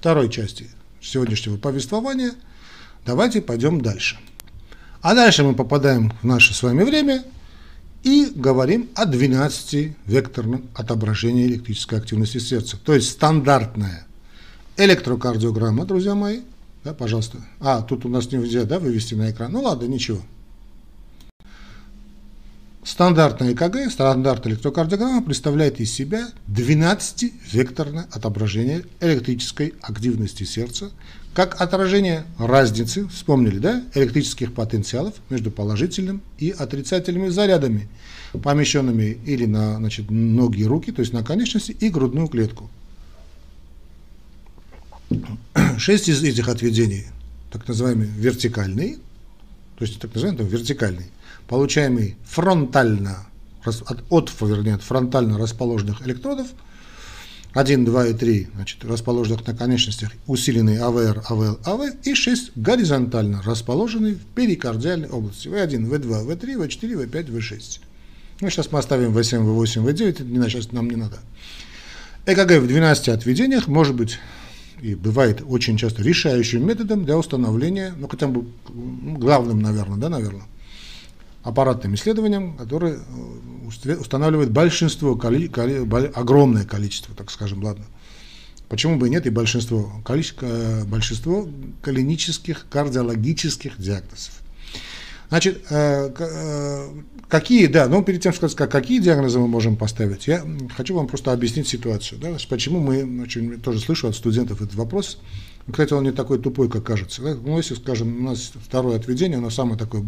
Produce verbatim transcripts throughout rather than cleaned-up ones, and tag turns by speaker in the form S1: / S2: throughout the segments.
S1: второй части сегодняшнего повествования. Давайте пойдем дальше. А дальше мы попадаем в наше с вами время и говорим о двенадцативекторном отображении электрической активности сердца. То есть стандартная электрокардиограмма, друзья мои. Да, пожалуйста. А, тут у нас нельзя, да, вывести на экран. Ну ладно, ничего. Стандартная ЭКГ, стандартная электрокардиограмма представляет из себя двенадцативекторное отображение электрической активности сердца, как отражение разницы, вспомнили, да, электрических потенциалов между положительным и отрицательными зарядами, помещенными или на, значит, ноги и руки, то есть на конечности и грудную клетку. Шесть из этих отведений, так называемые вертикальные, то есть так называемые вертикальные, получаемый фронтально, от, от, вернее, от фронтально расположенных электродов, один, два и три, значит, расположенных на конечностях, усиленные АВР, АВЛ, АВ, и шесть горизонтально расположенные в перикардиальной области, вэ один, вэ два, вэ три, вэ четыре, вэ пять, вэ шесть. Ну, сейчас мы оставим вэ семь, вэ восемь, вэ девять, это не, сейчас нам не надо. ЭКГ в двенадцати отведениях может быть и бывает очень часто решающим методом для установления, ну, хотя бы главным, наверное, да, наверное, аппаратным исследованием, которое устанавливает большинство, коли, коли, огромное количество, так скажем, ладно. Почему бы и нет, и большинство, количество, большинство клинических кардиологических диагнозов. Значит, какие, да, ну перед тем, что сказать, какие диагнозы мы можем поставить, я хочу вам просто объяснить ситуацию. Да, почему мы, очень, тоже слышу от студентов этот вопрос. Кстати, он не такой тупой, как кажется. Да? Ну, если, скажем, у нас второе отведение, оно самое такое,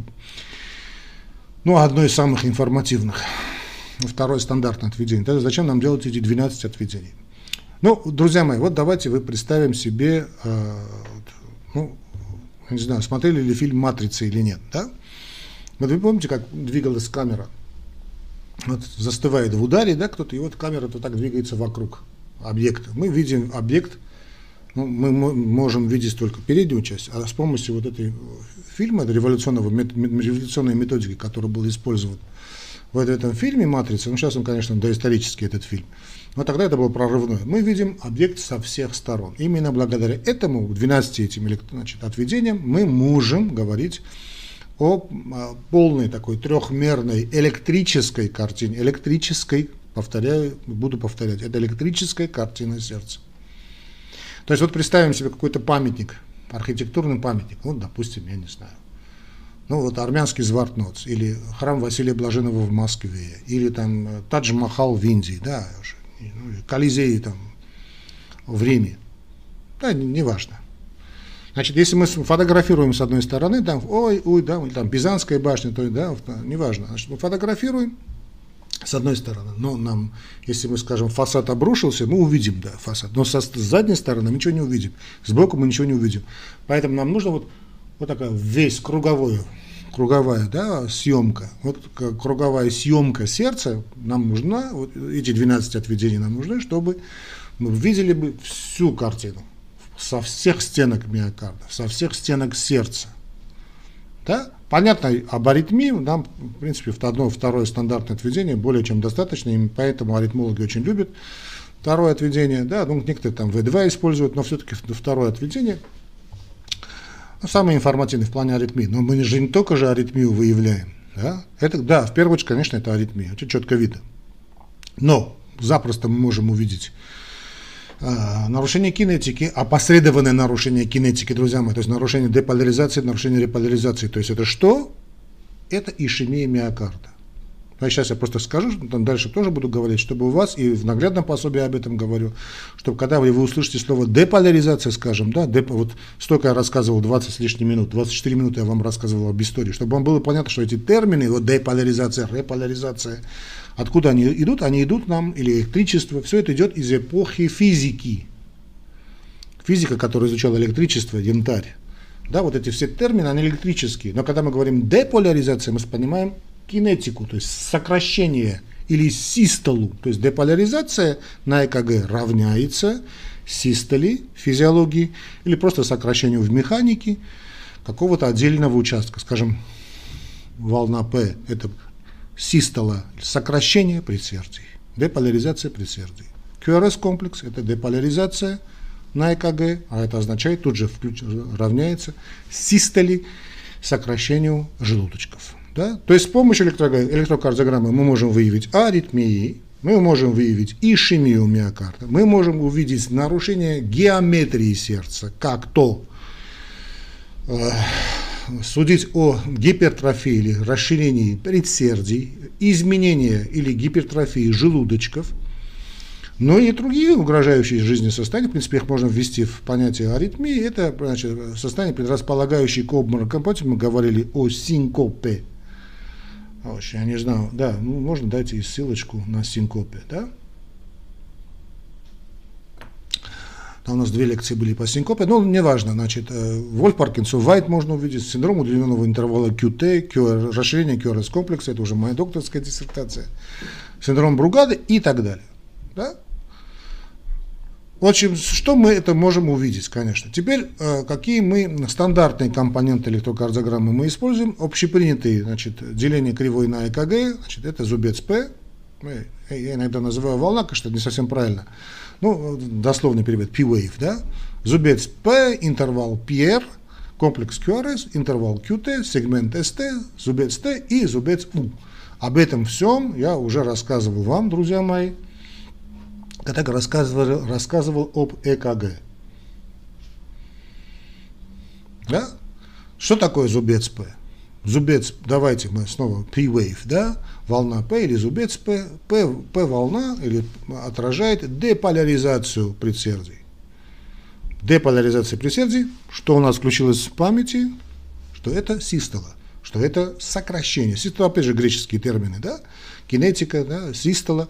S1: ну, одно из самых информативных. Второе стандартное отведение. Тогда зачем нам делать эти двенадцать отведений? Ну, друзья мои, вот давайте вы представим себе, э, ну, не знаю, смотрели ли фильм «Матрица» или нет, да? Вот вы помните, как двигалась камера? Вот застывает в ударе, да, кто-то, и вот камера то так двигается вокруг объекта. Мы видим объект, ну, мы можем видеть только переднюю часть, а с помощью вот этой фильма, революционного, революционной методики, которая была использована в этом фильме «Матрица», ну, сейчас он, конечно, доисторический, этот фильм, но тогда это было прорывное. Мы видим объект со всех сторон. Именно благодаря этому, двенадцати этим, значит, отведениям, мы можем говорить о полной такой трехмерной электрической картине, электрической, повторяю, буду повторять, это электрическая картина сердца. То есть вот представим себе какой-то памятник, архитектурный памятник, вот, допустим, я не знаю, ну вот армянский Звартноц, или храм Василия Блаженного в Москве, или там Тадж-Махал в Индии, да, Колизей там в Риме, да, неважно. Значит, если мы фотографируем с одной стороны, там, ой, ой, да, или там Пизанская башня, то да, неважно. Значит, мы фотографируем с одной стороны, но нам, если мы скажем, фасад обрушился, мы увидим, да, фасад, но со, с задней стороны мы ничего не увидим, сбоку мы ничего не увидим. Поэтому нам нужно вот, вот такая весь круговой, круговая, да, съемка, вот круговая съемка сердца нам нужна, вот эти двенадцать отведений нам нужны, чтобы мы видели бы всю картину. Со всех стенок миокарда, со всех стенок сердца. Да? Понятно, об аритмии нам, в принципе, одно, второе стандартное отведение более чем достаточно, и поэтому аритмологи очень любят второе отведение. Да? Ну, некоторые там вэ два используют, но все-таки второе отведение ну, самое информативное в плане аритмии. Но мы же не только же аритмию выявляем. Да? Это, да, в первую очередь, конечно, это аритмия, это четко видно. Но запросто мы можем увидеть нарушение кинетики, опосредованное нарушение кинетики, друзья мои, то есть нарушение деполяризации, нарушение реполяризации. То есть это что? Это ишемия миокарда. А сейчас я просто скажу, там дальше тоже буду говорить, чтобы у вас, и в наглядном пособии об этом говорю, чтобы когда вы, вы услышите слово деполяризация, скажем, да, деп, вот столько я рассказывал, двадцать с лишним минут, двадцать четыре минуты я вам рассказывал об истории, чтобы вам было понятно, что эти термины, вот деполяризация, реполяризация, откуда они идут? Они идут нам, или электричество, все это идет из эпохи физики. Физика, которая изучала электричество, янтарь. Да, вот эти все термины, они электрические. Но когда мы говорим деполяризация, мы понимаем кинетику, то есть сокращение или систолу. То есть деполяризация на ЭКГ равняется систоле физиологии или просто сокращению в механике какого-то отдельного участка. Скажем, волна П – это систола, сокращение предсердий, деполяризация предсердий. кью ар эс-комплекс – это деполяризация на ЭКГ, а это означает, тут же включ, равняется систоле, сокращению желудочков. Да? То есть с помощью электрокардиограммы мы можем выявить аритмии, мы можем выявить ишемию миокарда, мы можем увидеть нарушение геометрии сердца, как то э, судить о гипертрофии или расширении предсердий, изменения или гипертрофии желудочков, но и другие угрожающие жизни состояния, в принципе, их можно ввести в понятие аритмии, это, значит, состояние, предрасполагающее к обмороку. Помните, мы говорили о синкопе. Очень, я не знаю, да, ну, можно дать и ссылочку на синкопе, да? Там у нас две лекции были по синкопе, но неважно, значит, Вольф, Паркинсон, Вайт можно увидеть, синдром удлиненного интервала кью ти, Q R, расширение кью ар эс комплекса, это уже моя докторская диссертация, синдром Бругада и так далее, да? В общем, что мы это можем увидеть, конечно. Теперь, какие мы стандартные компоненты электрокардиограммы мы используем? Общепринятые, значит, деление кривой на ЭКГ, значит, это зубец П, я иногда называю волна, конечно, не совсем правильно, ну, дословный перевод, P-wave, да, зубец П, интервал пи эр, комплекс кью ар эс, интервал кью ти, сегмент эс ти, зубец Т и зубец У. Об этом всем я уже рассказывал вам, друзья мои, когда рассказывал, рассказывал об ЭКГ. Да? Что такое зубец П? Зубец, давайте мы снова P-wave, да? Волна П или зубец П. П-волна или отражает деполяризацию предсердий. Деполяризация предсердий, что у нас включилось в памяти, что это систола, что это сокращение. Систола, опять же, греческие термины, да? Кинетика, да? Систола.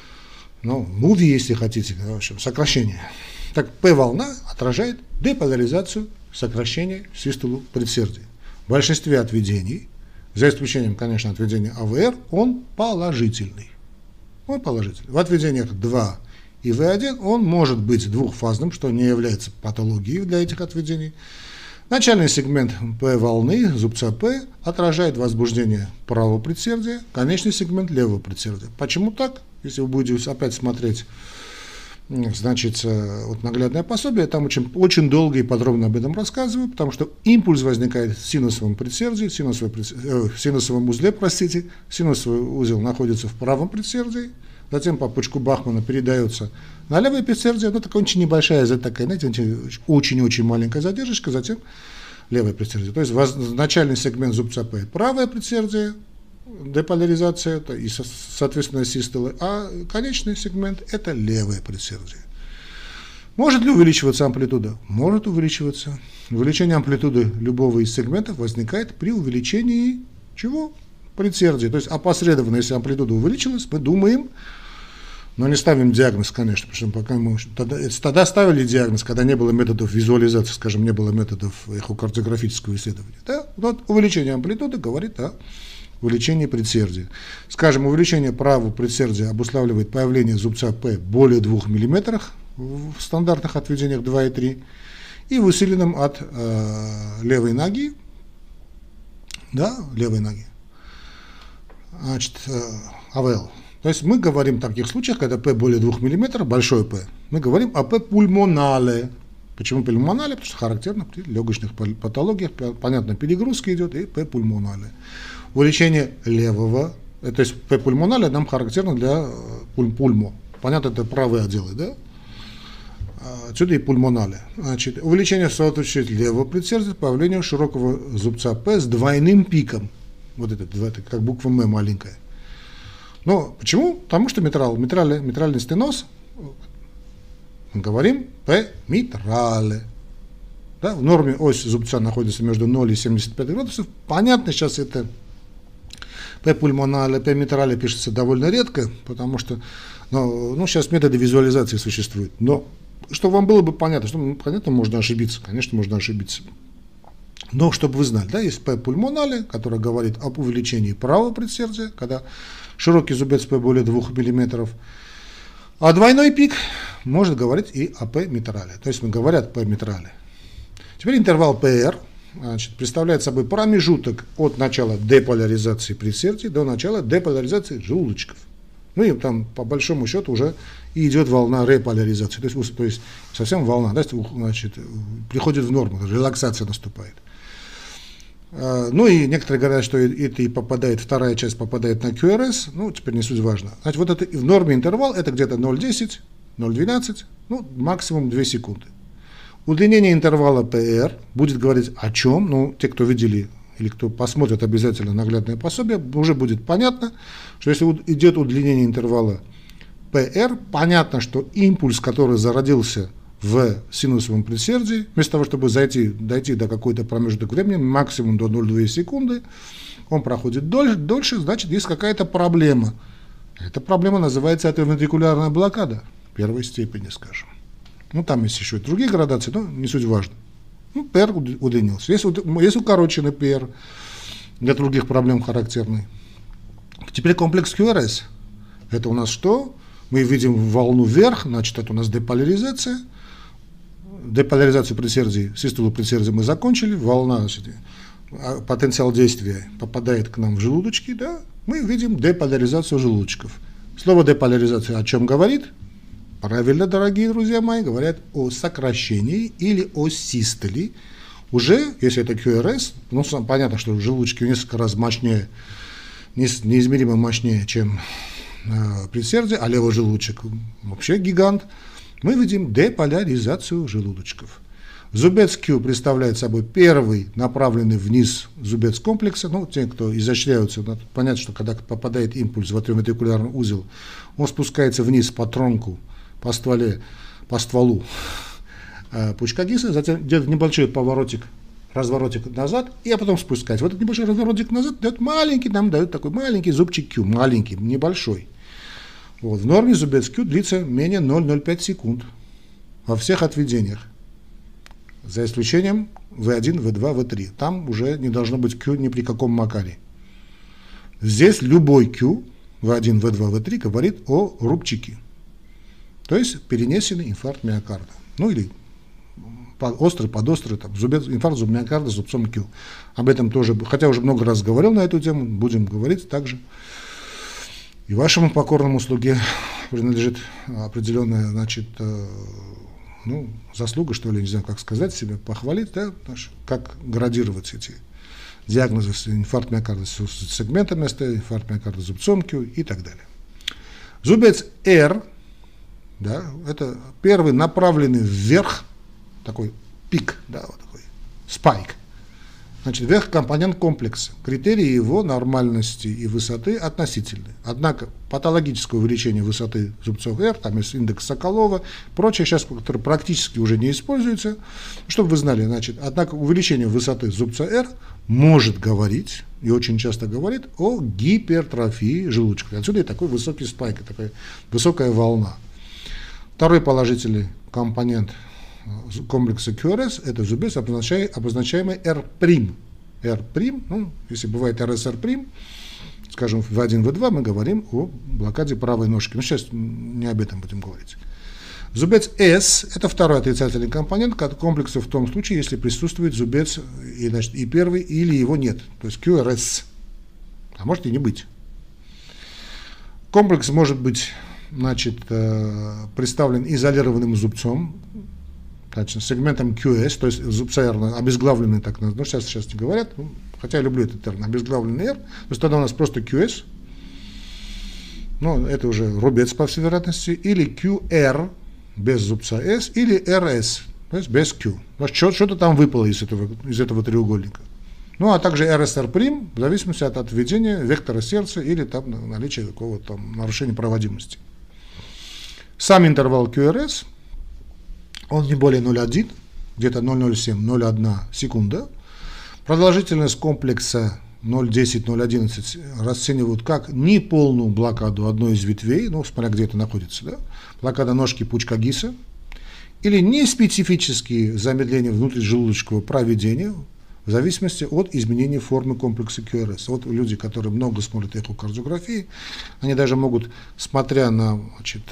S1: Ну, муви, если хотите, в общем, сокращение. Так, П-волна отражает деполяризацию, сокращение систолу предсердий. В большинстве отведений, за исключением, конечно, отведения А В Р, он положительный. Он положительный. В отведениях два и В один он может быть двухфазным, что не является патологией для этих отведений. Начальный сегмент П-волны, зубца П, отражает возбуждение правого предсердия, конечный сегмент левого предсердия. Почему так? Если вы будете опять смотреть, значит, вот наглядное пособие, там очень, очень долго и подробно об этом рассказываю, потому что импульс возникает в синусовом предсердии, в синусовом, э, в синусовом узле, простите, синусовый узел находится в правом предсердии, затем по пучку Бахмана передается на левое предсердие, ну, такая очень небольшая, такая, знаете, очень-очень маленькая задержка, затем левое предсердие. То есть воз, начальный сегмент зубца П – правое предсердие, деполяризация это и, соответственно, систолы, а конечный сегмент – это левое предсердие. Может ли увеличиваться амплитуда? Может увеличиваться. Увеличение амплитуды любого из сегментов возникает при увеличении чего? Предсердия. То есть опосредованно, если амплитуда увеличилась, мы думаем, но не ставим диагноз, конечно, потому что пока мы тогда, тогда ставили диагноз, когда не было методов визуализации, скажем, не было методов эхокардиографического исследования. Да? Вот увеличение амплитуды говорит о увеличении предсердия. Скажем, увеличение правого предсердия обуславливает появление зубца П более двух миллиметров в стандартных отведениях два и три и в усиленном от э, левой ноги, да, левой ноги, значит, э, А В Л. То есть мы говорим в таких случаях, когда П более двух миллиметров, большой П, мы говорим о П пульмонале. Почему пульмонале? Потому что характерно при легочных патологиях, понятно, перегрузка идет, и П пульмонале. Увеличение левого, то есть П пульмонале нам характерно для пуль, пульмо. Понятно, это правые отделы, да? Отсюда и пульмонале. Значит, увеличение соответствует левого предсердия, появление широкого зубца П с двойным пиком. Вот это, это как буква М маленькая. Но почему? Потому что митрал, митраль, митральный стеноз, мы говорим П митрале. Да, в норме ось зубца находится между ноль и семьдесят пять градусов. Понятно, сейчас это П пульмонале, П митрале пишется довольно редко, потому что ну, ну, сейчас методы визуализации существуют. Но чтобы вам было бы понятно, что ну, понятно, можно ошибиться, конечно, можно ошибиться. Но чтобы вы знали, да, есть П пульмонале, которая говорит об увеличении правого предсердия, когда широкий зубец П более двух миллиметров, а двойной пик может говорить и о П митрале. То есть мы говорят П митрале. Теперь интервал П Р, значит, представляет собой промежуток от начала деполяризации предсердий до начала деполяризации желудочков. Ну и там по большому счету уже и идет волна реполяризации, то есть, то есть совсем волна, да, значит, приходит в норму, релаксация наступает. Ну и некоторые говорят, что это и попадает, вторая часть попадает на кью эр эс, ну теперь не суть важно. Значит, вот это в норме интервал это где-то ноль целых десять, ноль целых двенадцать, ну максимум две секунды. Удлинение интервала пэ эр будет говорить о чем, ну те, кто видели или кто посмотрит обязательно наглядное пособие, уже будет понятно, что если идет удлинение интервала пэ эр, понятно, что импульс, который зародился в синусовом предсердии, вместо того, чтобы зайти, дойти до какой-то промежуток времени, максимум до ноль целых две десятых секунды, он проходит дольше, дольше, значит, есть какая-то проблема. Эта проблема называется атриовентрикулярная блокада первой степени, скажем. Ну, там есть еще и другие градации, но не суть важно. Ну, пэ эр удлинился. Есть, есть укороченный пэ эр для других проблем характерный. Теперь комплекс кью эр эс. Это у нас что? Мы видим волну вверх, значит, это у нас деполяризация. Деполяризацию предсердий, систолу предсердий мы закончили, волна, значит, потенциал действия попадает к нам в желудочки, да, мы видим деполяризацию желудочков. Слово деполяризация о чем говорит? Правильно, дорогие друзья мои, говорят о сокращении или о систоле. Уже, если это кью эр эс, ну, понятно, что желудочки в несколько раз мощнее, неизмеримо мощнее, чем э, предсердие, а левый желудочек вообще гигант. Мы видим деполяризацию желудочков. Зубец Q представляет собой первый направленный вниз зубец комплекса. Ну, те, кто изощряются, надо понять, что когда попадает импульс в атриовентрикулярный узел, он спускается вниз по тронку, по стволе, по стволу э, пучка Гисса, затем делает небольшой поворотик, разворотик назад, и потом спускается. Вот этот небольшой разворотик назад дает маленький, нам дает такой маленький зубчик Q, маленький, небольшой. Вот. В норме зубец Q длится менее ноль целых ноль пять секунд во всех отведениях, за исключением вэ один, вэ два, вэ три. Там уже не должно быть Q ни при каком макаре. Здесь любой Q, вэ один, вэ два, вэ три, говорит о рубчике, то есть перенесенный инфаркт миокарда. Ну или острый, подострый, там, зубец, инфаркт миокарда с зубцом Q. Об этом тоже, хотя уже много раз говорил на эту тему, будем говорить также. И вашему покорному слуге принадлежит определенная, значит, э, ну, заслуга, что ли, не знаю, как сказать себе, похвалить, да, как градировать эти диагнозы инфаркт миокарда с сегментом эс тэ, инфаркт миокарда с зубцом Q и так далее. Зубец R, да, это первый направленный вверх, такой пик, да, вот такой спайк. Значит, вверх компонент комплекса. Критерии его нормальности и высоты относительны. Однако патологическое увеличение высоты зубцов R, там есть индекс Соколова, прочее, сейчас, которые практически уже не используются, чтобы вы знали, значит, однако увеличение высоты зубца R может говорить, и очень часто говорит, о гипертрофии желудочка. Отсюда и такой высокий спайк, такая высокая волна. Второй положительный компонент комплекса кью эр эс – это зубец, обозначаемый R'. R', ну, если бывает эр эс эр', скажем, вэ один, вэ два, мы говорим о блокаде правой ножки. Но сейчас не об этом будем говорить. Зубец S – это второй отрицательный компонент комплекса в том случае, если присутствует зубец и, значит, и первый, или его нет. То есть кью эр эс. А может и не быть. Комплекс может быть, значит, представлен изолированным зубцом, значит, сегментом кью эс, то есть зубца R, обезглавленный, так, ну, сейчас, сейчас не говорят, ну, хотя я люблю этот термин, обезглавленный R, то есть тогда у нас просто кью эс, ну, это уже рубец, по всей вероятности, или кью эр без зубца S, или эр эс, то есть без Q. Что-то там выпало из этого, из этого треугольника. Ну, а также эр эс эр', в зависимости от отведения вектора сердца или там наличия какого-то там нарушения проводимости. Сам интервал кью эр эс, он не более ноль целых одна десятая, где-то ноль целых ноль семь - ноль целых одна секунда. Продолжительность комплекса ноль целых десять - ноль целых одиннадцать расценивают как неполную блокаду одной из ветвей, ну, смотря где это находится, да, блокада ножки пучка Гисса, или неспецифические замедления внутрижелудочкового проведения, в зависимости от изменения формы комплекса кью эр эс. Вот люди, которые много смотрят эхокардиографии, они даже могут, смотря на, значит,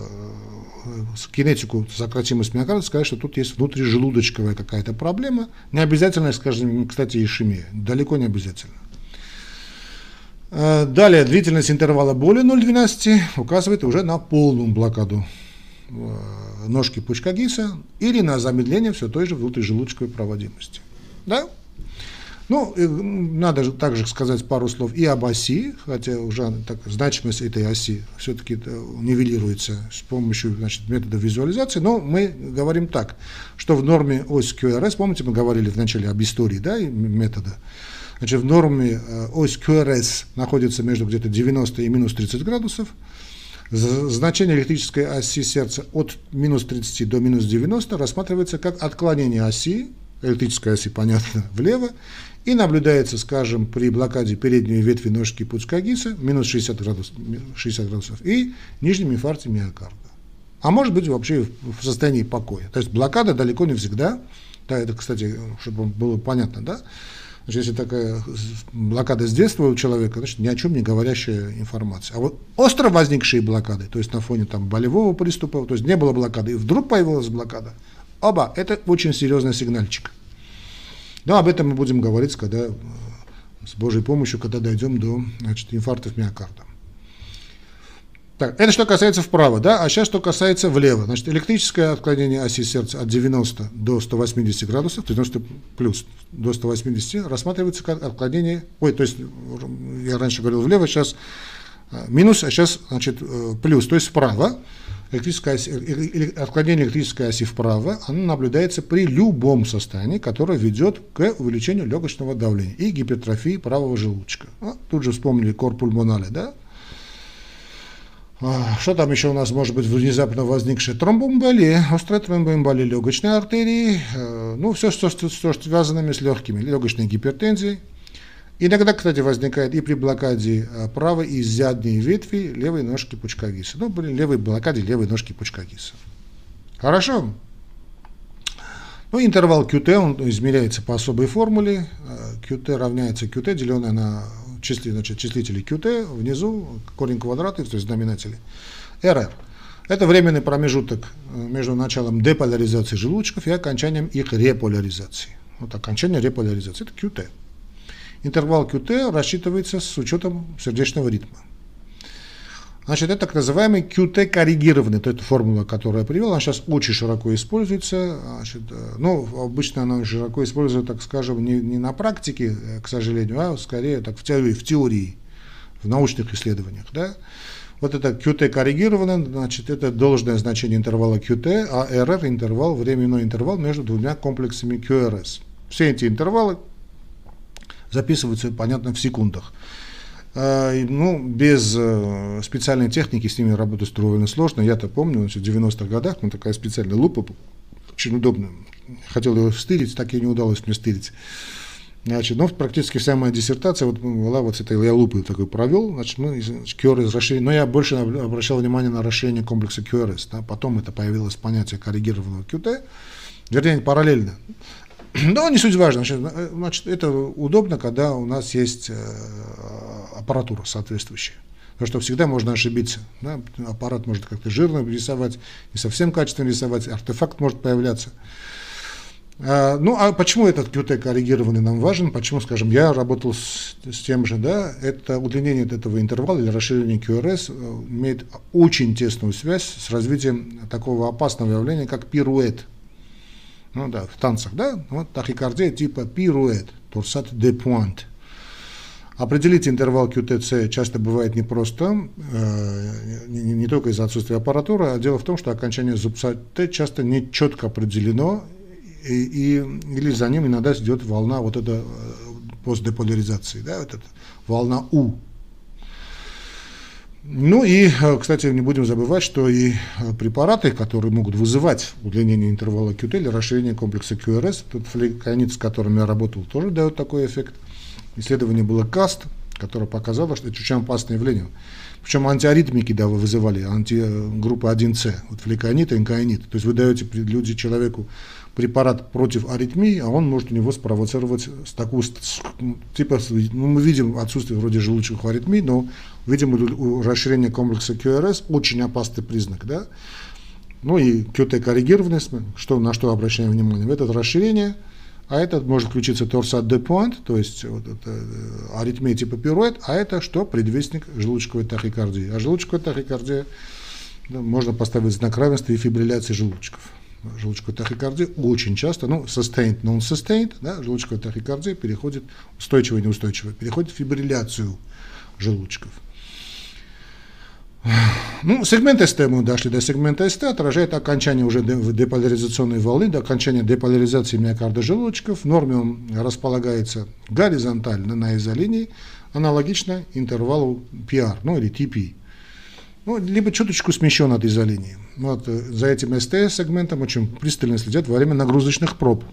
S1: кинетику сократимость миокарда, сказать, что тут есть внутрижелудочковая какая-то проблема. Не обязательно, скажем, кстати, ишемия. Далеко не обязательно. Далее, длительность интервала более ноль целых двенадцать сотых указывает уже на полную блокаду ножки пучка ГИСа или на замедление все той же внутрижелудочковой проводимости. Да? Ну, надо же также сказать пару слов и об оси, хотя уже так, значимость этой оси все-таки нивелируется с помощью, значит, метода визуализации, но мы говорим так, что в норме ось кью эр эс, помните, мы говорили вначале об истории, да, метода, значит, в норме ось кью эр эс находится между где-то девяносто и минус тридцать градусов, значение электрической оси сердца от минус тридцати до минус девяноста рассматривается как отклонение оси, электрической оси, понятно, влево, и наблюдается, скажем, при блокаде передней ветви ножки пучка ГИСа минус шестьдесят градусов, шестьдесят градусов и нижнем инфаркте миокарда. А может быть вообще в состоянии покоя. То есть блокада далеко не всегда, да, это, кстати, чтобы было понятно, да, значит, если такая блокада с детства у человека, значит, ни о чем не говорящая информация. А вот остро возникшие блокады, то есть на фоне там болевого приступа, то есть не было блокады, и вдруг появилась блокада, оба, это очень серьезный сигнальчик. Но об этом мы будем говорить, когда, с Божьей помощью, когда дойдем до, значит, инфарктов миокарда. Так, это что касается вправо, да, а сейчас что касается влево. Значит, электрическое отклонение оси сердца от девяноста до ста восьмидесяти градусов, девяносто плюс до ста восьмидесяти, рассматривается как отклонение, ой, то есть я раньше говорил влево, сейчас минус, а сейчас, значит, плюс, то есть вправо. Электрическая оси, отклонение электрической оси вправо, оно наблюдается при любом состоянии, которое ведет к увеличению легочного давления и гипертрофии правого желудочка. А, тут же вспомнили кор пульмонале, да? А, что там еще у нас может быть внезапно возникшее? Тромбоэмболия, острая тромбоэмболия легочной артерии, э, ну, все, что, что, что связано с легкими, легочной гипертензией. Иногда, кстати, возникает и при блокаде правой и задней ветви левой ножки пучка ГИСа. Ну, при левой блокаде левой ножки пучка ГИСа. Хорошо? Ну, интервал кью ти, он измеряется по особой формуле. кью ти равняется кью ти, деленное на числи, значит, числители кью ти, внизу корень квадратный, то есть знаменатели, эр эр. Это временный промежуток между началом деполяризации желудочков и окончанием их реполяризации. Вот окончание реполяризации, это кью ти. Интервал кью ти рассчитывается с учетом сердечного ритма. Значит, это так называемый кью ти коррегированный, то это формула, которую я привел, она сейчас очень широко используется. Значит, ну, обычно она широко используется, так скажем, не, не на практике, к сожалению, а скорее так в теории, в теории, в научных исследованиях. Да? Вот это кью ти коррегированное, значит, это должное значение интервала кью ти, а эр эр интервал, временной интервал между двумя комплексами кью эр эс. Все эти интервалы записываются, понятно, в секундах. Ну, без специальной техники с ними работать довольно сложно. Я-то помню, в девяностых годах, ну, такая специальная лупа, очень удобная. Хотел ее стырить, так и не удалось мне стырить. Значит, ну, практически вся моя диссертация вот была вот с этой, я лупой такой провел, значит, мы кью эр эс расширение, но я больше обращал внимание на расширение комплекса кью эр эс, да, потом это появилось понятие коррегированного кью ти, вернее, параллельно. Но не суть важно, значит, это удобно, когда у нас есть аппаратура соответствующая. Потому что всегда можно ошибиться. Да? Аппарат может как-то жирно рисовать, не совсем качественно рисовать, артефакт может появляться. Ну, а почему этот кью ти коррегированный нам важен? Почему, скажем, я работал с, с тем же, да, это удлинение этого интервала или расширение кью эр эс имеет очень тесную связь с развитием такого опасного явления, как пируэт. Ну да, в танцах, да, вот тахикардия типа пируэт, турсат де пуант. Определить интервал кью ти си часто бывает непросто, э, не, не только из-за отсутствия аппаратуры, а дело в том, что окончание зубца Т часто не четко определено, и, и, или за ним иногда идет волна вот эта постдеполяризации, да, вот эта волна У. Ну и, кстати, не будем забывать, что и препараты, которые могут вызывать удлинение интервала кью ти или расширение комплекса кью эр эс, тут флеконид, с которым я работал, тоже дает такой эффект. Исследование было каст, которое показало, что это очень опасное явление. Причем антиаритмики, да, вы вызывали, антигруппа один С, вот флеконид и инкаинид. То есть вы даете люди человеку препарат против аритмии, а он может у него спровоцировать с такую, типа, ну, мы видим отсутствие вроде желудочных аритмий, но видим расширение комплекса кью эр эс, очень опасный признак, да. Ну и кью ти коррегированность, что, на что обращаем внимание, в это расширение а это может включиться торсат де пуант, то есть вот это, аритмия типа пируэт, а это что? Предвестник желудочковой тахикардии. А желудочковая тахикардия, да, можно поставить знак равенства и фибрилляции желудочков. Желудочковая тахикардия очень часто, ну, sustained, non-sustained, да, желудочковая тахикардия переходит, устойчивая и неустойчивая, переходит в фибрилляцию желудочков. Ну, сегмент СТ, мы дошли до сегмента СТ, отражает окончание уже деполяризационной волны, до окончания деполяризации миокарда желудочков. В норме он располагается горизонтально на изолинии, аналогично интервалу пи ар, ну или ти пи. Ну, либо чуточку смещен от изолинии. Вот, за этим СТ-сегментом очень пристально следят во время нагрузочных проб.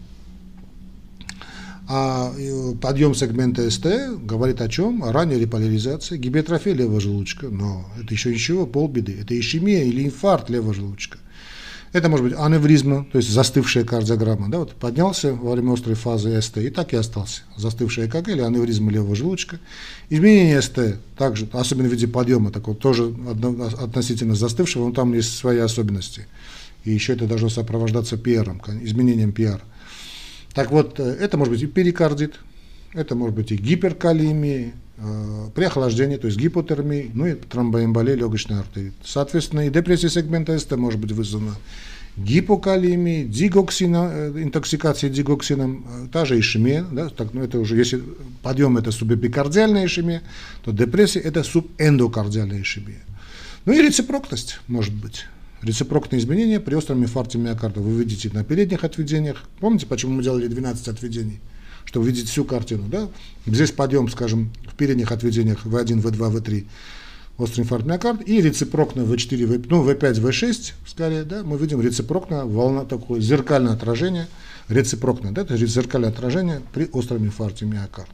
S1: А подъем сегмента СТ говорит о чем? О ранней реполяризации, гипертрофии левого желудочка. Но это еще ничего, полбеды. Это ишемия или инфаркт левого желудочка. Это может быть аневризма, то есть застывшая кардиограмма. Да, вот поднялся во время острой фазы СТ и так и остался. Застывшая ЭКГ или аневризма левого желудочка. Изменение СТ, также, особенно в виде подъема, такого тоже относительно застывшего, но там есть свои особенности. И еще это должно сопровождаться пи ар, изменением пи ар. Так вот, это может быть и перикардит, это может быть и гиперкалиемия, э, при охлаждении, то есть гипотермия, ну и тромбоэмболия легочной артерии. Соответственно, и депрессия сегмента СТ может быть вызвана гипокалиемией, дигоксина, э, интоксикацией дигоксином, э, та же ишемия, да, так, ну это уже, если подъем это субэпикардиальная ишемия, то депрессия это субэндокардиальная ишемия. Ну и рецепрокность может быть. Рецепрокные изменения при остром инфаркте миокарда вы видите на передних отведениях. Помните, почему мы делали двенадцать отведений? Чтобы видеть всю картину. Да? Здесь подъем, скажем, в передних отведениях вэ один, вэ два, вэ три, острый инфаркт миокарда, и рецепрокно вэ четыре, вэ, ну, вэ пять, вэ шесть, скорее, да, мы видим рецепрокно, волна, такое зеркальное отражение, рецепрокно, да, это зеркальное отражение при остром инфаркте миокарда.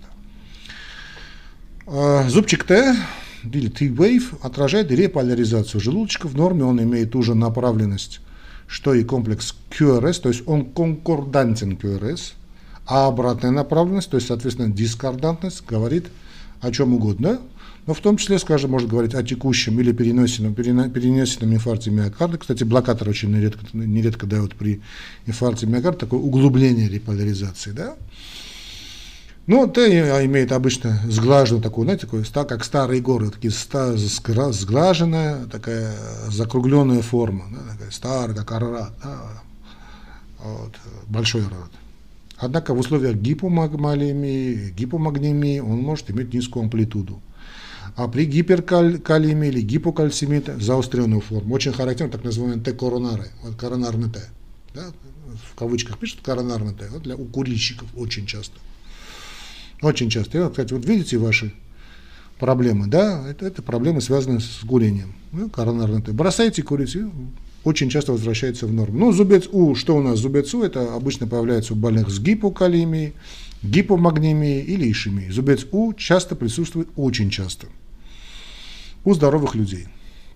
S1: А, зубчик Т, или T-wave, отражает реполяризацию желудочка. В норме он имеет ту же направленность, что и комплекс кью ар эс, то есть он конкордантен кью ар эс, а обратная направленность, то есть, соответственно, дискордантность, говорит о чем угодно, но в том числе, скажем, может говорить о текущем или перенесенном, перенесенном инфаркте миокарда. Кстати, блокатор очень нередко, нередко дает при инфаркте миокарда такое углубление реполяризации, да? Ну, Т имеет обычно сглаженную такую, знаете, такую, как старые горы, такие сглаженная, такая закругленная форма, да, такая старая, как Арарат, да, вот, большой Арарат. Однако в условиях гипомагмалемии, гипомагнемии он может иметь низкую амплитуду. А при гиперкалиемии или гипокальцемии заостренную форму. Очень характерно так называемый Т-коронары, вот коронарный Т. Да, в кавычках пишут коронарный Т, вот для у курильщиков очень часто. Очень часто. И, вот, кстати, вот видите ваши проблемы, да, это, это проблемы, связанные с курением. Ну, коронарный Т. Бросайте курить, и очень часто возвращается в норму. Ну, зубец У, что у нас зубец У, это обычно появляется у больных с гипокалиемией, гипомагнемией или ишемией. Зубец У часто присутствует, очень часто, у здоровых людей.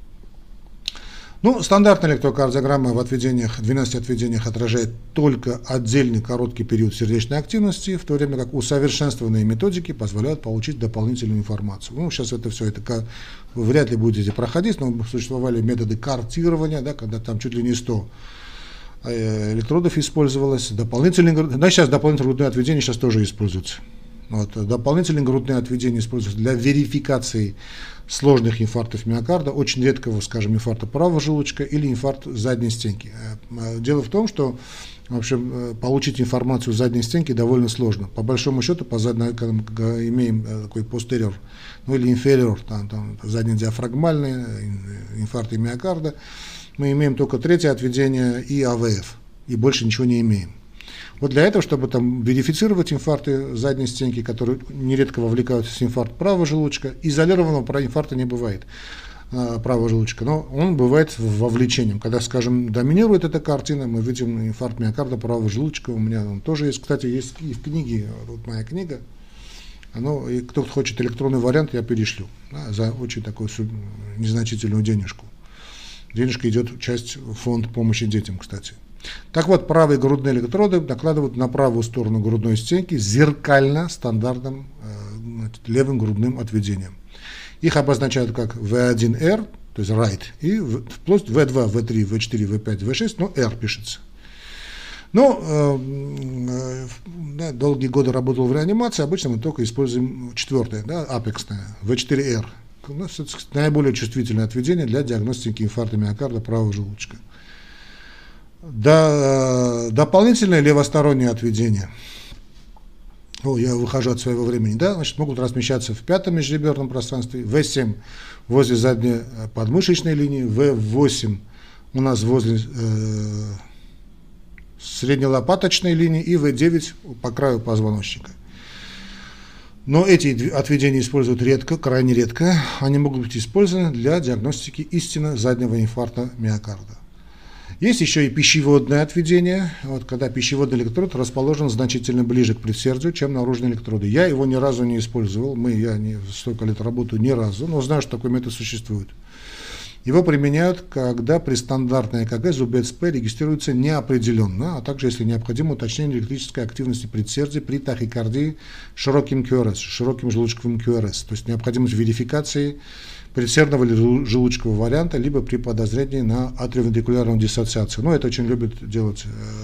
S1: Ну, стандартная электрокардиограмма в отведениях, двенадцати отведениях отражает только отдельный короткий период сердечной активности, в то время как усовершенствованные методики позволяют получить дополнительную информацию. Ну, сейчас это все, это вы вряд ли будете проходить, но существовали методы картирования, да, когда там чуть ли не сто электродов использовалось, дополнительные, да, сейчас дополнительные грудные отведения сейчас тоже используются. Вот, дополнительные грудные отведения используются для верификации сложных инфарктов миокарда, очень редкого, скажем, инфаркта правого желудочка или инфаркт задней стенки. Дело в том, что в общем, получить информацию задней стенки довольно сложно. По большому счету, по задней, когда имеем такой постериор, ну или инфериор, там, там, заднедиафрагмальный инфаркт миокарда, мы имеем только третье отведение и а вэ эф, и больше ничего не имеем. Вот для этого, чтобы там верифицировать инфаркты задней стенки, которые нередко вовлекаются в инфаркт правого желудочка, изолированного инфаркта не бывает правого желудочка, но он бывает вовлечением. Когда, скажем, доминирует эта картина, мы видим инфаркт миокарда правого желудочка, у меня он тоже есть, кстати, есть и в книге, вот моя книга, оно, и кто хочет электронный вариант, я перешлю, да, за очень такую незначительную денежку. Денежка идет часть в фонд помощи детям, кстати. Так вот, правые грудные электроды накладывают на правую сторону грудной стенки зеркально стандартным э, левым грудным отведением. Их обозначают как вэ один эр, то есть right, и вплоть вэ два, вэ три, вэ четыре, вэ пять, вэ шесть, но R пишется. Но э, да, долгие годы работал в реанимации, обычно мы только используем четвертое, да, апексное, вэ четыре эр. У нас это наиболее чувствительное отведение для диагностики инфаркта миокарда правого желудочка. До, дополнительное левостороннее отведение. О, я выхожу от своего времени, да, значит, могут размещаться в пятом межреберном пространстве, вэ семь возле задней подмышечной линии, вэ восемь у нас возле э, среднелопаточной линии и вэ девять по краю позвоночника. Но эти отведения используют редко, крайне редко. Они могут быть использованы для диагностики истинно заднего инфаркта миокарда. Есть еще и пищеводное отведение, вот, когда пищеводный электрод расположен значительно ближе к предсердию, чем наружные электроды. Я его ни разу не использовал, мы, я не, столько лет работаю ни разу, но знаю, что такой метод существует. Его применяют, когда при стандартной ЭКГ зубец П регистрируется неопределенно, а также, если необходимо, уточнение электрической активности предсердия при тахикардии широким ку эр эс, широким желудочковым ку эр эс, то есть необходимость верификации предсердного или желудочкового варианта, либо при подозрении на атриовентрикулярную диссоциацию. Но это очень любят делать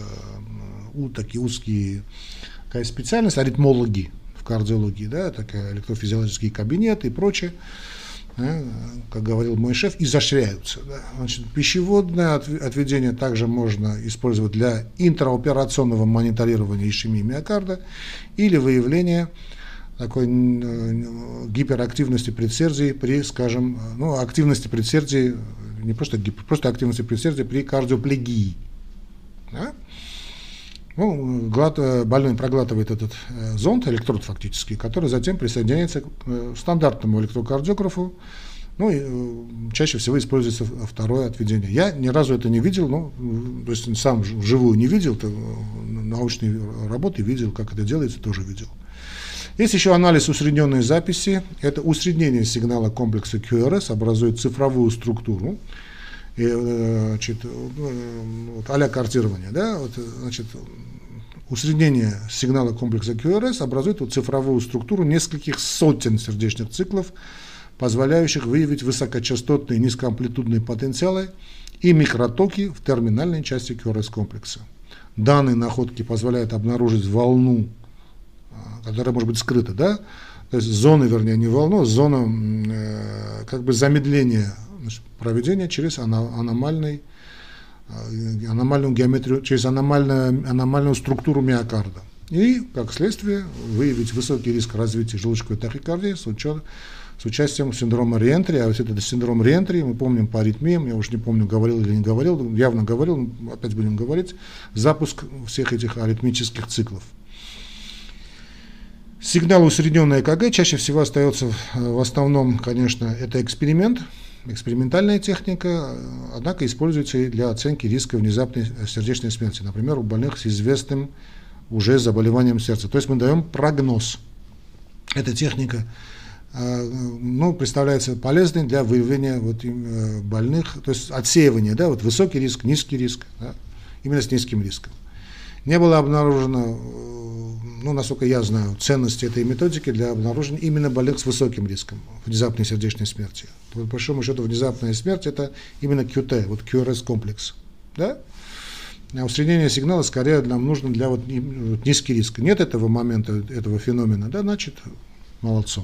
S1: э, такие узкие такая специальность, аритмологи в кардиологии, да, такая электрофизиологический кабинет и прочее. Да, как говорил мой шеф, изощряются. Да. Значит, пищеводное отведение также можно использовать для интраоперационного мониторирования ишемии миокарда или выявления такой гиперактивности предсердий при, скажем, ну, активности предсердий, не просто гипер, просто активности предсердий при кардиоплегии. Да. Ну, глад, больной проглатывает этот э, зонд, электрод фактически, который затем присоединяется к э, стандартному электрокардиографу, ну и э, чаще всего используется второе отведение. Я ни разу это не видел, но то есть сам вживую не видел, то, научные работы видел, как это делается, тоже видел. Есть еще анализ усредненной записи, это усреднение сигнала комплекса ку эр эс, образует цифровую структуру, и, значит, вот, а-ля картирование, да, вот, значит, усреднение сигнала комплекса ку эр эс образует вот цифровую структуру нескольких сотен сердечных циклов, позволяющих выявить высокочастотные низкоамплитудные потенциалы и микротоки в терминальной части ку эр эс комплекса. Данные находки позволяют обнаружить волну, которая может быть скрыта, да, то есть зоны, вернее, не волну, а зону э, как бы замедления проведения через аномальный, аномальную геометрию, через аномальную, аномальную структуру миокарда. И, как следствие, выявить высокий риск развития желудочковой тахикардии с, учет, с участием синдрома Риентри. А вот этот синдром Риентри, мы помним по аритмиям, я уже не помню, говорил или не говорил, явно говорил, опять будем говорить, запуск всех этих аритмических циклов. Сигнал усредненной ЭКГ чаще всего остается в основном, конечно, это эксперимент, экспериментальная техника, однако используется и для оценки риска внезапной сердечной смерти, например, у больных с известным уже заболеванием сердца. То есть мы даем прогноз. Эта техника ну, представляется полезной для выявления вот, больных, то есть отсеивания, да, вот высокий риск, низкий риск, да, именно с низким риском. Не было обнаружено, ну, насколько я знаю, ценности этой методики для обнаружения именно больных с высоким риском внезапной сердечной смерти. По большому счету, внезапная смерть – это именно ку тэ, вот ку эр эс комплекс. Да? А усреднение сигнала скорее нам нужно для вот, вот низкий риск. Нет этого момента, этого феномена, да, значит, молодцом.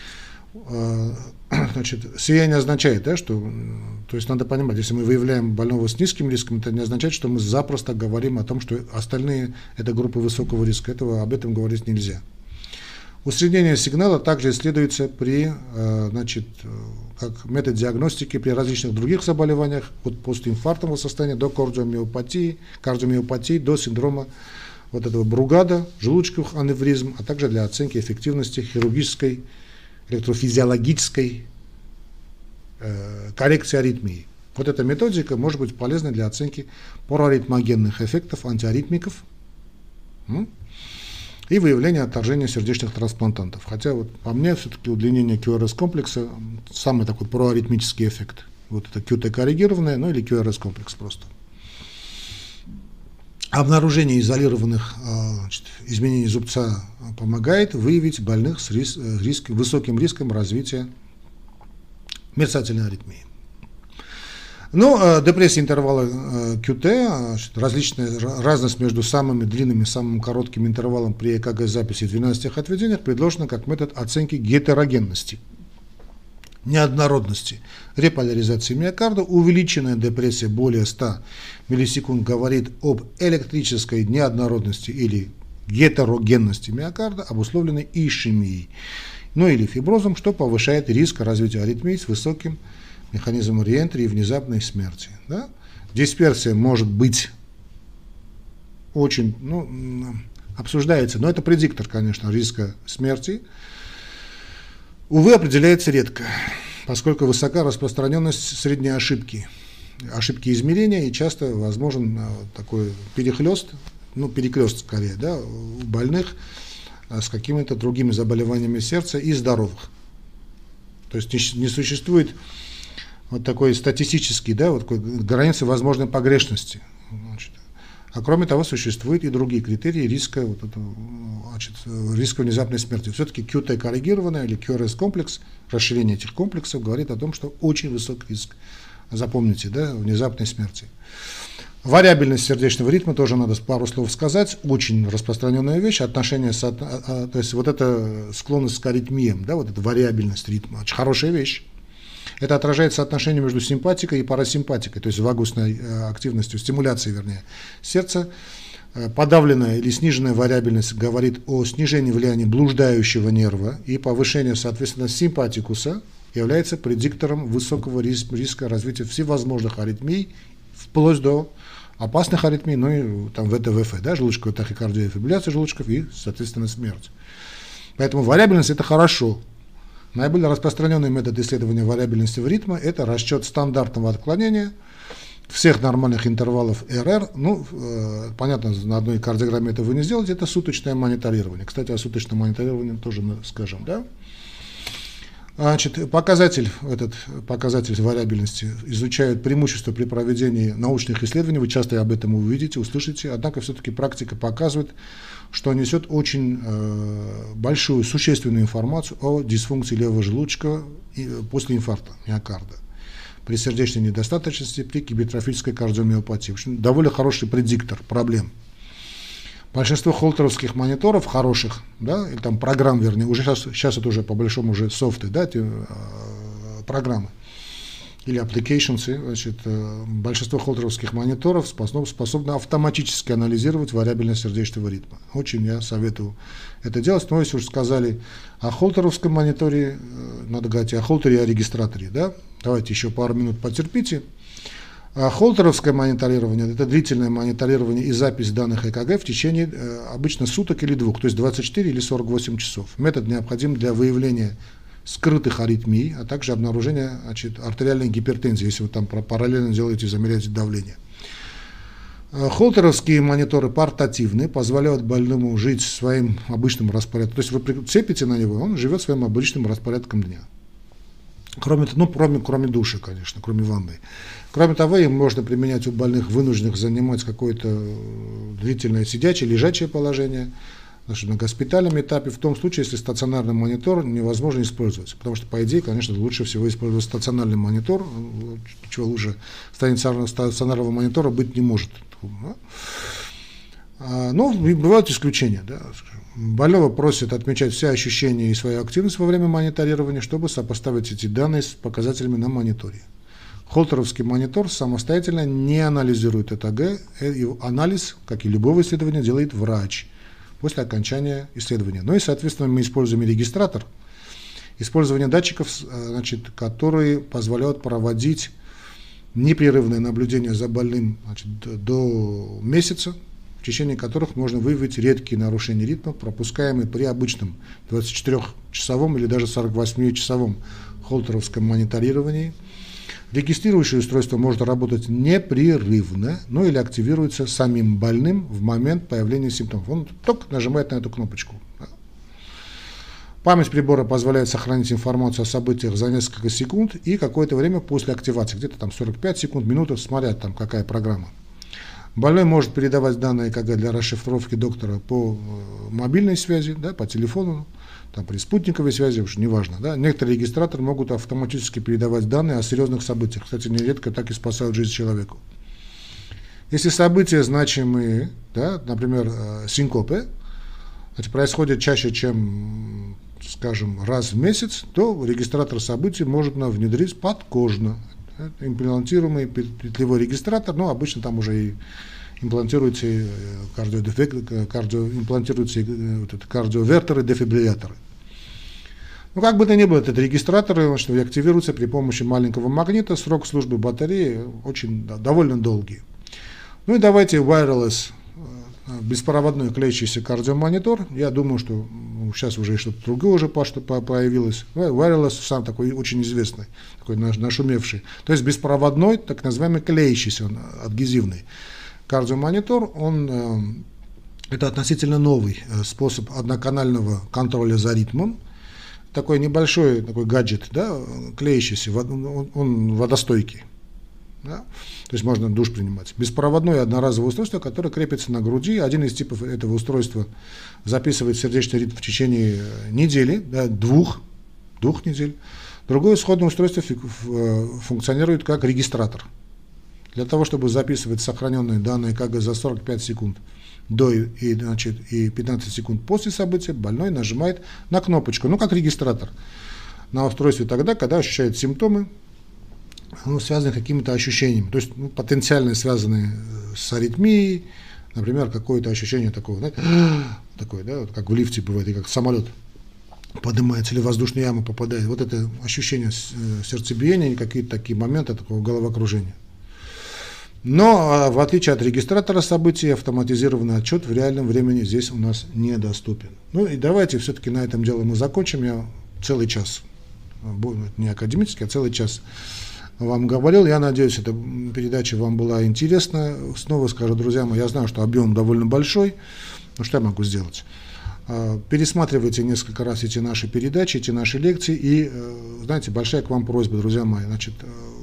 S1: Значит, сие не означает, да, что, то есть надо понимать, если мы выявляем больного с низким риском, это не означает, что мы запросто говорим о том, что остальные это группы высокого риска, этого, об этом говорить нельзя. Усреднение сигнала также исследуется при, значит, как метод диагностики при различных других заболеваниях, от постинфарктного состояния до кардиомиопатии, кардиомиопатии до синдрома вот этого Бругада, желудочковых аневризм, а также для оценки эффективности хирургической электрофизиологической э, коррекции аритмии. Вот эта методика может быть полезной для оценки проаритмогенных эффектов антиаритмиков м? и выявления отторжения сердечных трансплантантов. Хотя, вот, по мне, все-таки удлинение ку эр эс комплекса самый такой проаритмический эффект. Вот это ку тэ коррегированное, ну или ку эр эс комплекс просто. Обнаружение изолированных значит, изменений зубца помогает выявить больных с рис, риск, высоким риском развития мерцательной аритмии. Ну, депрессия интервала кью тэ, различная разность между самыми длинными и самым коротким интервалом при э ка гэ-записи в двенадцати отведениях предложена как метод оценки гетерогенности, неоднородности, реполяризации миокарда. Увеличенная депрессия более ста миллисекунд говорит об электрической неоднородности или гетерогенности миокарда, обусловленной ишемией, ну или фиброзом, что повышает риск развития аритмий с высоким механизмом реэнтрии и внезапной смерти. Да? Дисперсия может быть очень, ну, обсуждается, но это предиктор, конечно, риска смерти. Увы, определяется редко, поскольку высока распространенность средней ошибки, ошибки измерения, и часто возможен такой перехлест, ну, перекрест скорее, да, у больных с какими-то другими заболеваниями сердца и здоровых. То есть не, не существует вот такой статистический, да, вот границы возможной погрешности. Значит. А кроме того, существуют и другие критерии риска, вот это, значит, риска внезапной смерти. Все-таки кью тэ коррегированная или кью ар эс-комплекс, расширение этих комплексов говорит о том, что очень высок риск, запомните, да, внезапной смерти. Вариабельность сердечного ритма, тоже надо пару слов сказать, очень распространенная вещь, отношение, со, а, то есть вот эта склонность к аритмиям, да, вот эта вариабельность ритма, очень хорошая вещь. Это отражает соотношение между симпатикой и парасимпатикой, то есть вагусной активностью, стимуляцией, вернее, сердца. Подавленная или сниженная вариабельность говорит о снижении влияния блуждающего нерва, и повышение, соответственно, симпатикуса является предиктором высокого риска развития всевозможных аритмий, вплоть до опасных аритмий, ну и там вэ тэ вэ эф, да, желудочковая тахикардия, фибрилляция желудочков и, соответственно, смерть. Поэтому вариабельность – это хорошо. Наиболее распространенный метод исследования вариабельности в ритме – это расчет стандартного отклонения всех нормальных интервалов эр эр. Ну, э, понятно, на одной кардиограмме это вы не сделаете, это суточное мониторирование. Кстати, о суточном мониторировании тоже скажем, да? Значит, показатель, этот показатель вариабельности изучают преимущества при проведении научных исследований, вы часто об этом увидите, услышите, однако все-таки практика показывает, что несет очень э, большую, существенную информацию о дисфункции левого желудочка после инфаркта миокарда, при сердечной недостаточности, при гипертрофической кардиомиопатии. В общем, довольно хороший предиктор проблем. Большинство холтеровских мониторов хороших, да, или там программ, вернее, уже сейчас, сейчас это уже по большому уже софты, да, эти э, программы или applications, значит, э, большинство холтеровских мониторов способны, способны автоматически анализировать вариабельность сердечного ритма. Очень я советую это делать. Но если уже сказали о холтеровском мониторе, э, надо говорить о холтере и о регистраторе, да. Давайте еще пару минут потерпите. А холтеровское мониторирование – это длительное мониторирование и запись данных э ка гэ в течение э, обычно суток или двух, то есть двадцать четыре или сорок восемь часов. Метод необходим для выявления скрытых аритмий, а также обнаружения, значит, артериальной гипертензии, если вы там параллельно делаете, замеряете давление. Холтеровские мониторы портативны, позволяют больному жить своим обычным распорядком. То есть вы прицепите на него, он живет своим обычным распорядком дня. Кроме, ну, кроме, кроме души, конечно, кроме ванной. Кроме того, им можно применять у больных, вынужденных занимать какое-то длительное сидячее, лежачее положение, значит, на госпитальном этапе, в том случае, если стационарный монитор невозможно использовать. Потому что, по идее, конечно, лучше всего использовать стационарный монитор, чего лучше стационарного монитора быть не может. Но бывают исключения. Да. Больного просят отмечать все ощущения и свою активность во время мониторирования, чтобы сопоставить эти данные с показателями на мониторе. Холтеровский монитор самостоятельно не анализирует э ка гэ, анализ, как и любого исследования, делает врач после окончания исследования. Ну и, соответственно, мы используем регистратор, использование датчиков, значит, которые позволяют проводить непрерывное наблюдение за больным, значит, до месяца, в течение которых можно выявить редкие нарушения ритма, пропускаемые при обычном двадцатичетырёхчасовом или даже сорок восьмичасовом холтеровском мониторировании. Регистрирующее устройство может работать непрерывно, ну или активируется самим больным в момент появления симптомов. Он только нажимает на эту кнопочку. Память прибора позволяет сохранить информацию о событиях за несколько секунд и какое-то время после активации, где-то там сорок пять секунд, минуту, смотря там какая программа. Больной может передавать данные э ка гэ для расшифровки доктора по мобильной связи, да, по телефону, там, при спутниковой связи, уж неважно. Да? Некоторые регистраторы могут автоматически передавать данные о серьезных событиях. Кстати, нередко так и спасают жизнь человеку. Если события значимые, да, например, синкопы, это происходит чаще, чем, скажем, раз в месяц, то регистратор событий может внедрить подкожно. Это имплантируемый петлевой регистратор, но обычно там уже и имплантируются кардиодефект, кардио, имплантируются вот это, кардиовертеры, дефибрилляторы. Ну, как бы то ни было, это регистраторы значит, активируются при помощи маленького магнита, срок службы батареи очень да, довольно долгий. Ну и давайте wireless, беспроводной клеящийся кардиомонитор. Я думаю, что ну, сейчас уже что-то другое уже появилось. Wireless сам такой очень известный, такой нашумевший. То есть беспроводной, так называемый клеящийся, он адгезивный кардиомонитор. Он, это относительно новый способ одноканального контроля за ритмом. Такой небольшой такой гаджет, да, клеящийся, он, он водостойкий. Да? То есть можно душ принимать. Беспроводное одноразовое устройство, которое крепится на груди. Один из типов этого устройства записывает сердечный ритм в течение недели, да, двух, двух недель. Другое сходное устройство функционирует как регистратор. Для того, чтобы записывать сохраненные данные ЭКГ за сорок пять секунд до и, значит, и пятнадцать секунд после события, больной нажимает на кнопочку, ну как регистратор, на устройстве тогда, когда ощущает симптомы, ну, связанные с какими-то ощущениями, то есть ну, потенциально связанные с аритмией, например, какое-то ощущение такого, знаете, такое, да, вот как в лифте бывает, и как самолет поднимается или в воздушную яму попадает, вот это ощущение сердцебиения, какие-то такие моменты такого головокружения. Но в отличие от регистратора событий, автоматизированный отчет в реальном времени здесь у нас недоступен. Ну и давайте все-таки на этом дело мы закончим. Я целый час, не академический, а целый час вам говорил. Я надеюсь, эта передача вам была интересна. Снова скажу, друзья мои, я знаю, что объем довольно большой, но что я могу сделать? Пересматривайте несколько раз эти наши передачи, эти наши лекции. И, знаете, большая к вам просьба, друзья мои, значит,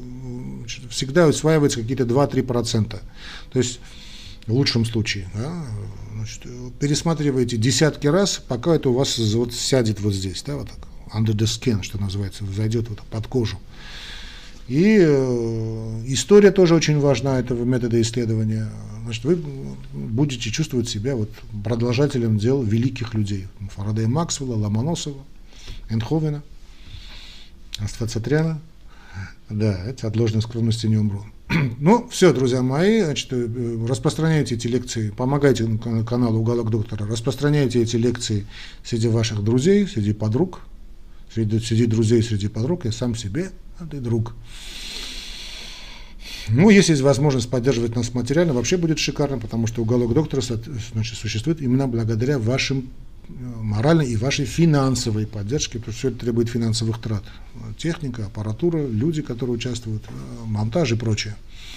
S1: всегда усваивается какие-то два-три процента. То есть, в лучшем случае, да, значит, пересматривайте десятки раз, пока это у вас вот сядет вот здесь, да, вот так, under the skin, что называется, зайдет вот под кожу. И э, история тоже очень важна этого метода исследования. Значит, вы будете чувствовать себя вот продолжателем дел великих людей. Фарадея Максвелла, Ломоносова, Эндховена, Астфацатряна. Да, это от ложной скромности не умру. Ну, все, друзья мои, значит, распространяйте эти лекции, помогайте каналу «Уголок доктора», распространяйте эти лекции среди ваших друзей, среди подруг, среди, среди друзей, среди подруг, я сам себе, а ты друг. Ну, если есть возможность поддерживать нас материально, вообще будет шикарно, потому что «Уголок доктора», значит, существует именно благодаря вашим моральной и вашей финансовой поддержке, потому что все это требует финансовых трат. Техника, аппаратура, люди, которые участвуют, монтаж и прочее.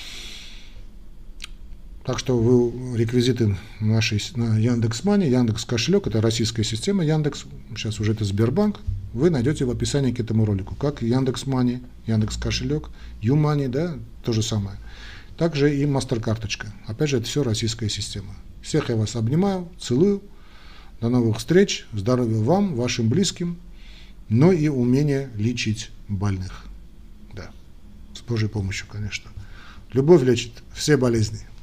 S1: Так что вы реквизиты нашей на Яндекс.Мани, Яндекс кошелек, это российская система Яндекс, сейчас уже это Сбербанк, вы найдете в описании к этому ролику, как Яндекс.Мани, Яндекс кошелек, Юмани, да, то же самое. Также и мастер-карточка. Опять же, это все российская система. Всех я вас обнимаю, целую. До новых встреч, здоровья вам, вашим близким, но и умения лечить больных. Да, с Божьей помощью, конечно. Любовь лечит все болезни.